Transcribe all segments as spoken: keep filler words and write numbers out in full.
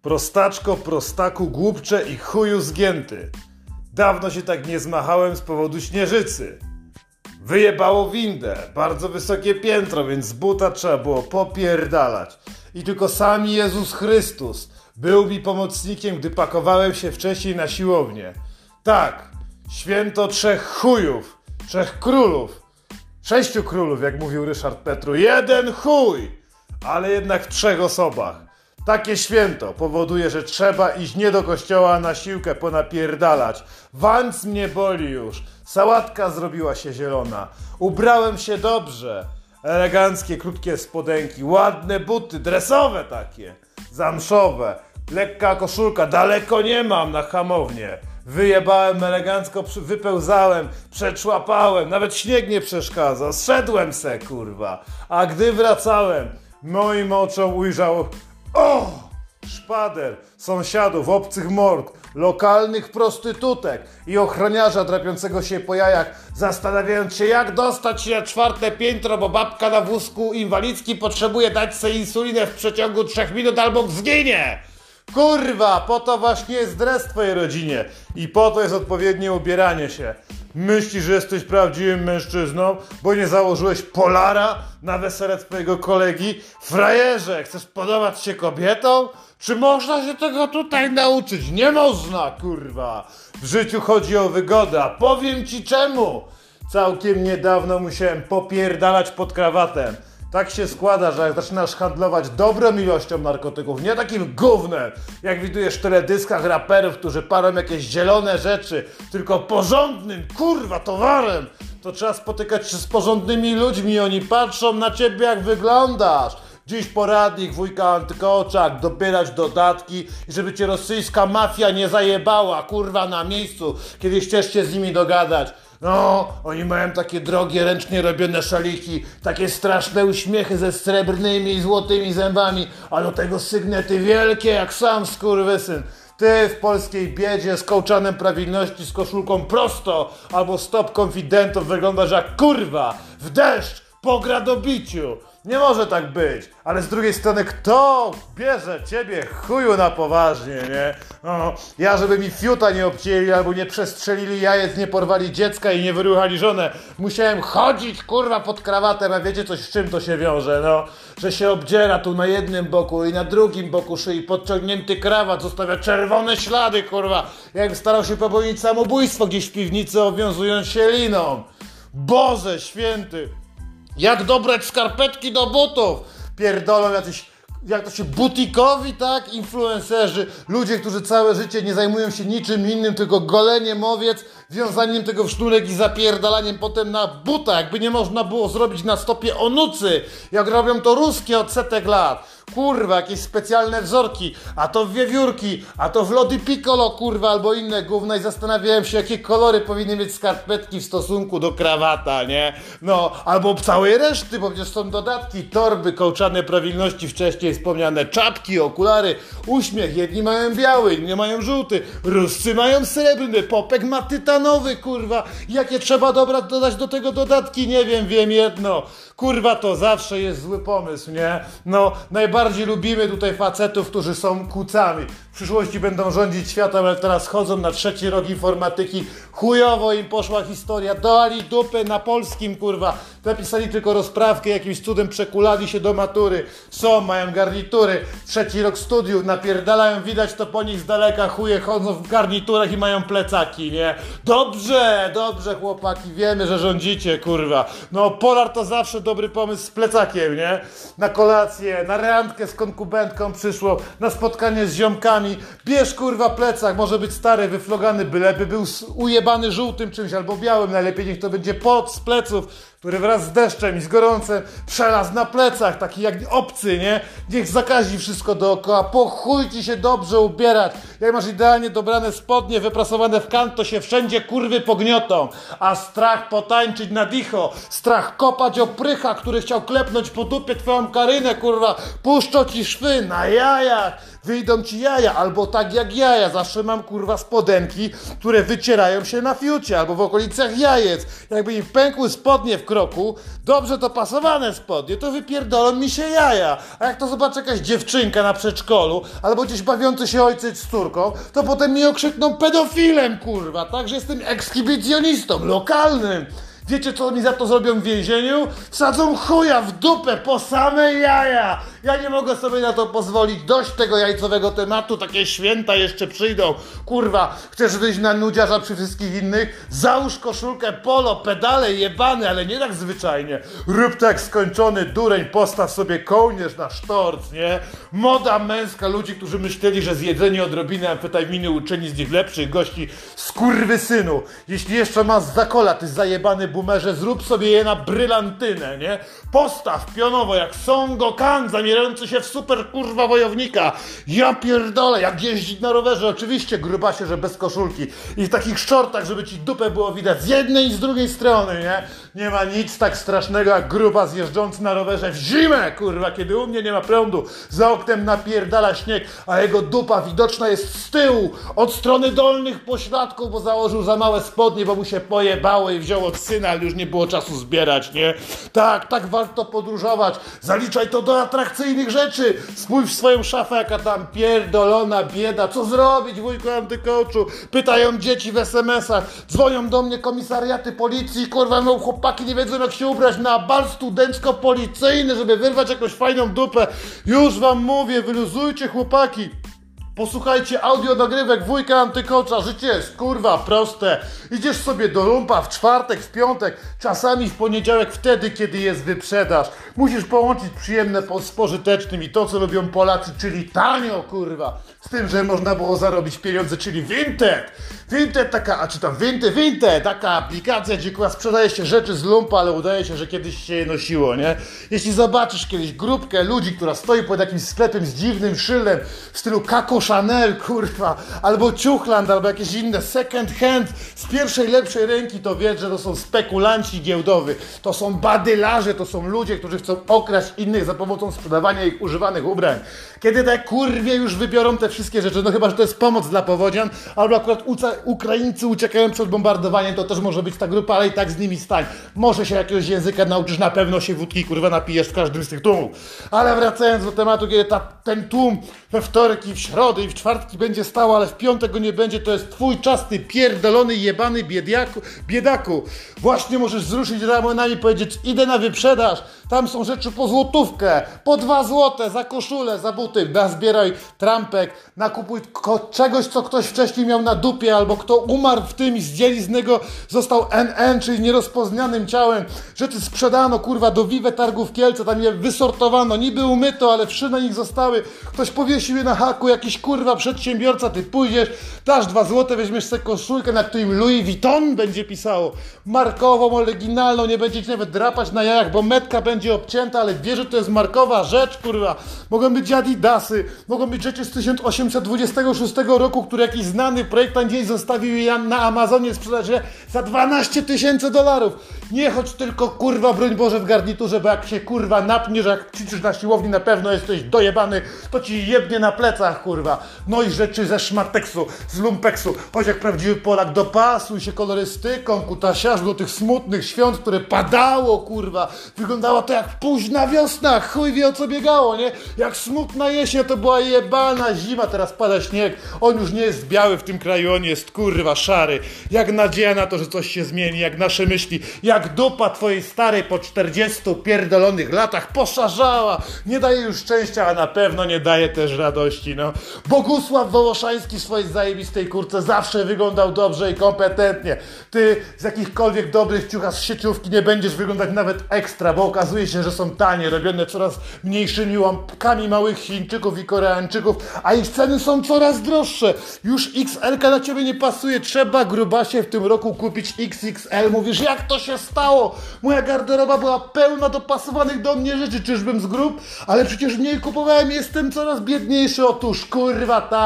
Prostaczko, prostaku, głupcze i chuju zgięty. Dawno się tak nie zmachałem z powodu śnieżycy. Wyjebało windę, bardzo wysokie piętro, więc z buta trzeba było popierdalać. I tylko sam Jezus Chrystus był mi pomocnikiem, gdy pakowałem się wcześniej na siłownię. Tak, święto trzech chujów, trzech królów, sześciu królów, jak mówił Ryszard Petru. Jeden chuj, ale jednak w trzech osobach. Takie święto powoduje, że trzeba iść nie do kościoła, a na siłkę ponapierdalać. Wanc mnie boli już. Sałatka zrobiła się zielona. Ubrałem się dobrze. Eleganckie, krótkie spodenki, ładne buty, dresowe takie, zamszowe. Lekka koszulka, daleko nie mam na hamownię. Wyjebałem elegancko, wypełzałem, przeczłapałem, nawet śnieg nie przeszkadzał. Zszedłem se, kurwa. A gdy wracałem, moim oczom ujrzał... O! Szpader, sąsiadów, obcych mord, lokalnych prostytutek i ochroniarza drapiącego się po jajach, zastanawiając się, jak dostać się na czwarte piętro, bo babka na wózku inwalidzki potrzebuje dać sobie insulinę w przeciągu trzech minut albo zginie. Kurwa, po to właśnie jest dres w twojej rodzinie i po to jest odpowiednie ubieranie się. Myślisz, że jesteś prawdziwym mężczyzną, bo nie założyłeś polara na wesele twojego kolegi? Frajerze, chcesz podobać się kobietom? Czy można się tego tutaj nauczyć? Nie można, kurwa. W życiu chodzi o wygodę, a powiem ci czemu. Całkiem niedawno musiałem popierdalać pod krawatem. Tak się składa, że jak zaczynasz handlować dobrą ilością narkotyków, nie takim gównem, jak widujesz w teledyskach raperów, którzy palą jakieś zielone rzeczy, tylko porządnym, kurwa, towarem, to trzeba spotykać się z porządnymi ludźmi i oni patrzą na ciebie, jak wyglądasz. Dziś poradnik wujka Antykoczak, dobierać dodatki i żeby cię rosyjska mafia nie zajebała, kurwa, na miejscu, kiedy chcesz się z nimi dogadać. No, oni mają takie drogie, ręcznie robione szaliki, takie straszne uśmiechy ze srebrnymi i złotymi zębami, a do tego sygnety wielkie jak sam skurwysyn. Ty w polskiej biedzie z kołczanem prawilności, z koszulką prosto albo stop konfidentów wyglądasz jak kurwa w deszcz po gradobiciu. Nie może tak być, ale z drugiej strony kto bierze ciebie chuju na poważnie, nie? No, ja, żeby mi fiuta nie obcięli albo nie przestrzelili jajec, nie porwali dziecka i nie wyruchali żonę, musiałem chodzić, kurwa, pod krawatem, a wiecie coś, z czym to się wiąże, no? Że się obdziera tu na jednym boku i na drugim boku szyi, podciągnięty krawat, zostawia czerwone ślady, kurwa, jakby starał się popełnić samobójstwo gdzieś w piwnicy, owiązując się liną. Boże święty! Jak dobrać skarpetki do butów? Pierdolą jacyś, jak to się, butikowi, tak? Influencerzy, ludzie, którzy całe życie nie zajmują się niczym innym, tylko goleniem owiec, wiązaniem tego w sznurek i zapierdalaniem potem na buta, jakby nie można było zrobić na stopie onucy, jak robią to ruskie od setek lat. Kurwa, jakieś specjalne wzorki, a to w wiewiórki, a to w lody piccolo, kurwa, albo inne gówna i zastanawiałem się, jakie kolory powinny mieć skarpetki w stosunku do krawata, nie? No, albo całej reszty, bo przecież są dodatki, torby, kołczane prawilności, wcześniej wspomniane, czapki, okulary, uśmiech, jedni mają biały, inni mają żółty, ruscy mają srebrny, popek ma tytanowy, kurwa, jakie trzeba dobra dodać do tego dodatki, nie wiem, wiem jedno, kurwa, to zawsze jest zły pomysł, nie? No, najbardziej lubimy tutaj facetów, którzy są kucami. W przyszłości będą rządzić światem, ale teraz chodzą na trzeci rok informatyki. Chujowo im poszła historia. Dali dupę na polskim, kurwa. Napisali tylko rozprawkę, jakimś cudem przekulali się do matury. Są, mają garnitury. Trzeci rok studiów, napierdalają, widać to po nich z daleka. Chuje chodzą w garniturach i mają plecaki, nie? Dobrze, dobrze, chłopaki, wiemy, że rządzicie, kurwa. No, Polar to zawsze dobry pomysł z plecakiem, nie? Na kolację, na randkę z konkubentką przyszło, na spotkanie z ziomkami. Bierz, kurwa, plecak, może być stary, wyflogany, byleby był ujebany żółtym czymś albo białym, najlepiej niech to będzie pot z pleców, który wraz z deszczem i z gorącem przelazł na plecach, taki jak obcy, nie? Niech zakazi wszystko dookoła, po chuj ci się dobrze ubierać. Jak masz idealnie dobrane spodnie, wyprasowane w kant, to się wszędzie kurwy pogniotą. A strach potańczyć na dicho, strach kopać oprycha, który chciał klepnąć po dupie twoją Karynę, kurwa, puszczą ci szwy na jajach. Wyjdą ci jaja, albo tak jak jaja. Zawsze mam, kurwa, spodenki, które wycierają się na fiucie, albo w okolicach jajec. Jakby im pękły spodnie w kroku, dobrze dopasowane spodnie, to wypierdolą mi się jaja. A jak to zobaczy jakaś dziewczynka na przedszkolu, albo gdzieś bawiący się ojciec z córką, to potem mi okrzykną pedofilem, kurwa, tak, że jestem ekshibicjonistą lokalnym. Wiecie, co oni za to zrobią w więzieniu? Wsadzą chuja w dupę po same jaja. Ja nie mogę sobie na to pozwolić. Dość tego jajcowego tematu, takie święta jeszcze przyjdą. Kurwa, chcesz wyjść na nudziarza przy wszystkich innych? Załóż koszulkę polo, pedale jebany, ale nie tak zwyczajnie. Rób tak skończony dureń, postaw sobie kołnierz na sztorc, nie? Moda męska ludzi, którzy myśleli, że zjedzenie odrobiny amfetaminy uczyni z nich lepszych gości. Skurwysynu, jeśli jeszcze masz zakola, ty zajebany boomerze, zrób sobie je na brylantynę, nie? Postaw pionowo jak Son Gokan zamierający się w super kurwa wojownika. Ja pierdolę, jak jeździć na rowerze, oczywiście grubasie, że bez koszulki i w takich shortach, żeby ci dupę było widać z jednej i z drugiej strony, nie? Nie ma nic tak strasznego jak grubas jeżdżący na rowerze w zimę, kurwa, kiedy u mnie nie ma prądu, za oknem napierdala śnieg, a jego dupa widoczna jest z tyłu, od strony dolnych pośladków, bo założył za małe spodnie, bo mu się pojebało i wziął od syna, ale już nie było czasu zbierać, nie? Tak, tak warto podróżować. Zaliczaj to do atrakcyjnych rzeczy. Spójrz w swoją szafę, jaka tam pierdolona bieda. Co zrobić, wujku antykołczu? Pytają dzieci w es em esach. Dzwonią do mnie komisariaty policji. Kurwa, no chłopaki nie wiedzą, jak się ubrać na bal studencko-policyjny, żeby wyrwać jakąś fajną dupę. Już wam mówię, wyluzujcie, chłopaki. Posłuchajcie audio nagrywek wujka antykołcza. Życie jest kurwa proste. Idziesz sobie do lumpa w czwartek, w piątek, czasami w poniedziałek, wtedy kiedy jest wyprzedaż. Musisz połączyć przyjemne z pożytecznym i to, co lubią Polacy, czyli tanio, kurwa. Z tym, że można było zarobić pieniądze, czyli Vinted. Vinted taka, a czy tam Vinted, Vinted, taka aplikacja, gdzie kurwa sprzedaje się rzeczy z lumpa, ale udaje się, że kiedyś się je nosiło, nie? Jeśli zobaczysz kiedyś grupkę ludzi, która stoi pod jakimś sklepem z dziwnym szyldem w stylu Coco Chanel, kurwa, albo Ciuchland, albo jakieś inne second hand z pierwszej lepszej ręki, to wiesz, że to są spekulanci giełdowi, to są badylarze, to są ludzie, którzy chcą okraść innych za pomocą sprzedawania ich używanych ubrań. Kiedy te kurwie już wybiorą te wszystkie rzeczy, no chyba, że to jest pomoc dla powodzian, albo akurat Ukraińcy uciekają przed bombardowaniem, to też może być ta grupa, ale i tak z nimi stań. Może się jakiegoś języka nauczysz, na pewno się wódki, kurwa, napijesz w każdym z tych tłumów. Ale wracając do tematu, kiedy ta, ten tłum we wtorki, w środę i w czwartki będzie stał, ale w piątek go nie będzie, to jest twój czas, ty pierdolony, jebany biediaku, biedaku. Właśnie możesz wzruszyć ramionami i powiedzieć, idę na wyprzedaż, tam są rzeczy po złotówkę, po dwa złote, za koszulę, za buty, nazbieraj trampek, nakupuj czegoś, co ktoś wcześniej miał na dupie, albo kto umarł w tym i zdjęli z niego, został en en, czyli nierozpoznanym ciałem. Rzeczy sprzedano, kurwa, do Vive Targów Kielce, tam je wysortowano, niby umyto, ale wszy na nich zostały, ktoś powiesił je na haku, jakiś kurwa przedsiębiorca, ty pójdziesz, dasz dwa złote, weźmiesz sobie koszulkę, na którym Louis Vuitton będzie pisało, markową, oryginalną, nie będzie ci nawet drapać na jajach, bo metka będzie obcięta, ale wie, że to jest markowa rzecz, kurwa. Mogą być Adidasy, mogą być rzeczy z tysiąc osiemset dwudziestego szóstego roku, które jakiś znany projektant gdzieś zostawił je na Amazonie sprzedać za dwanaście tysięcy dolarów. Nie chodź tylko, kurwa, broń Boże, w garniturze, bo jak się, kurwa, napniesz, jak ćwiczysz na siłowni, na pewno jesteś dojebany, to ci jebnie na plecach, kurwa. No i rzeczy ze szmateksu, z lumpeksu. Chodź jak prawdziwy Polak, dopasuj się kolorystyką, kutasiarzu, do tych smutnych świąt, które padało, kurwa. Wyglądało to jak późna wiosna, chuj wie, o co biegało, nie? Jak smutna jesień, to była jebana zima, teraz pada śnieg. On już nie jest biały w tym kraju, on jest, kurwa, szary. Jak nadzieja na to, że coś się zmieni, jak nasze myśli, jak dupa twojej starej po czterdziestu pierdolonych latach poszarzała. Nie daje już szczęścia, a na pewno nie daje też radości, no. Bogusław Wołoszański w swojej zajebistej kurce zawsze wyglądał dobrze i kompetentnie. Ty z jakichkolwiek dobrych ciucha z sieciówki nie będziesz wyglądać nawet ekstra, bo okazuje się, że są tanie, robione coraz mniejszymi łapkami małych Chińczyków i Koreańczyków, a ich ceny są coraz droższe. Już iks elka na ciebie nie pasuje, trzeba, grubasie, w tym roku kupić iks iks el. Mówisz, jak to się stało? Moja garderoba była pełna dopasowanych do mnie rzeczy, czyżbym zgrób? Ale przecież mniej kupowałem, jestem coraz biedniejszy. Otóż, kurwa, tak,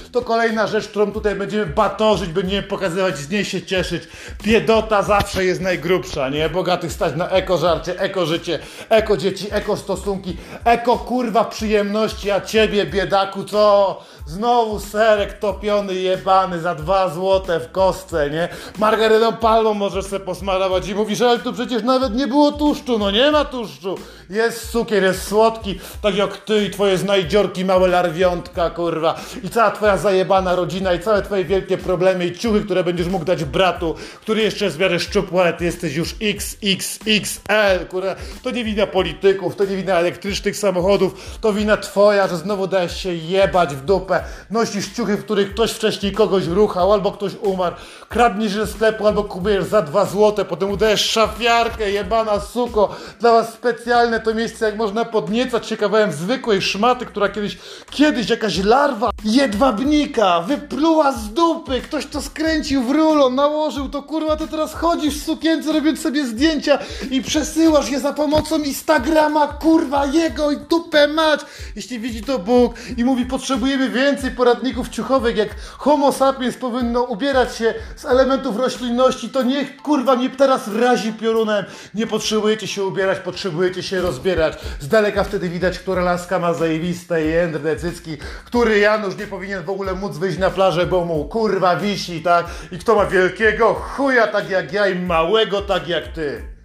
to kolejna rzecz, którą tutaj będziemy batorzyć, będziemy pokazywać, z niej się cieszyć. Biedota zawsze jest najgrubsza, nie? Bogatych stać na eko żarcie, eko życie, eko dzieci, eko stosunki, eko kurwa przyjemności, a ciebie biedaku co? Znowu serek topiony, jebany za dwa złote w kostce, nie? Margaryną palmą możesz sobie posmarować i mówisz, ale tu przecież nawet nie było tłuszczu, no nie ma tłuszczu. Jest cukier, jest słodki, tak jak ty i twoje znajdziorki, małe larwiątka, kurwa. I cała twoja zajebana rodzina i całe twoje wielkie problemy i ciuchy, które będziesz mógł dać bratu, który jeszcze jest w miarę szczupły, ale ty jesteś już X X X L, kurwa. To nie wina polityków, to nie wina elektrycznych samochodów, to wina twoja, że znowu dałeś się jebać w dupę. Nosisz ciuchy, w których ktoś wcześniej kogoś ruchał, albo ktoś umarł. Kradniesz ze sklepu, albo kupujesz za dwa złote, potem udajesz szafiarkę, jebana suko. Dla was specjalne to miejsce, jak można podniecać się kawałem zwykłej szmaty, która kiedyś, kiedyś jakaś larwa jedwabnika wypluła z dupy, ktoś to skręcił w rulon, nałożył to, kurwa, to teraz chodzisz w sukience, robiąc sobie zdjęcia i przesyłasz je za pomocą Instagrama, kurwa, jego i dupę mać. Jeśli widzi to Bóg i mówi, potrzebujemy więcej poradników ciuchowych, jak homo sapiens powinno ubierać się z elementów roślinności, to niech, kurwa, nie teraz razi piorunem. Nie potrzebujecie się ubierać, potrzebujecie się rozbierać. Z daleka wtedy widać, która laska ma zajebiste i jędrne cycki, który Janusz nie powinien w ogóle móc wyjść na plażę, bo mu kurwa wisi, tak? I kto ma wielkiego chuja tak jak ja i małego tak jak ty.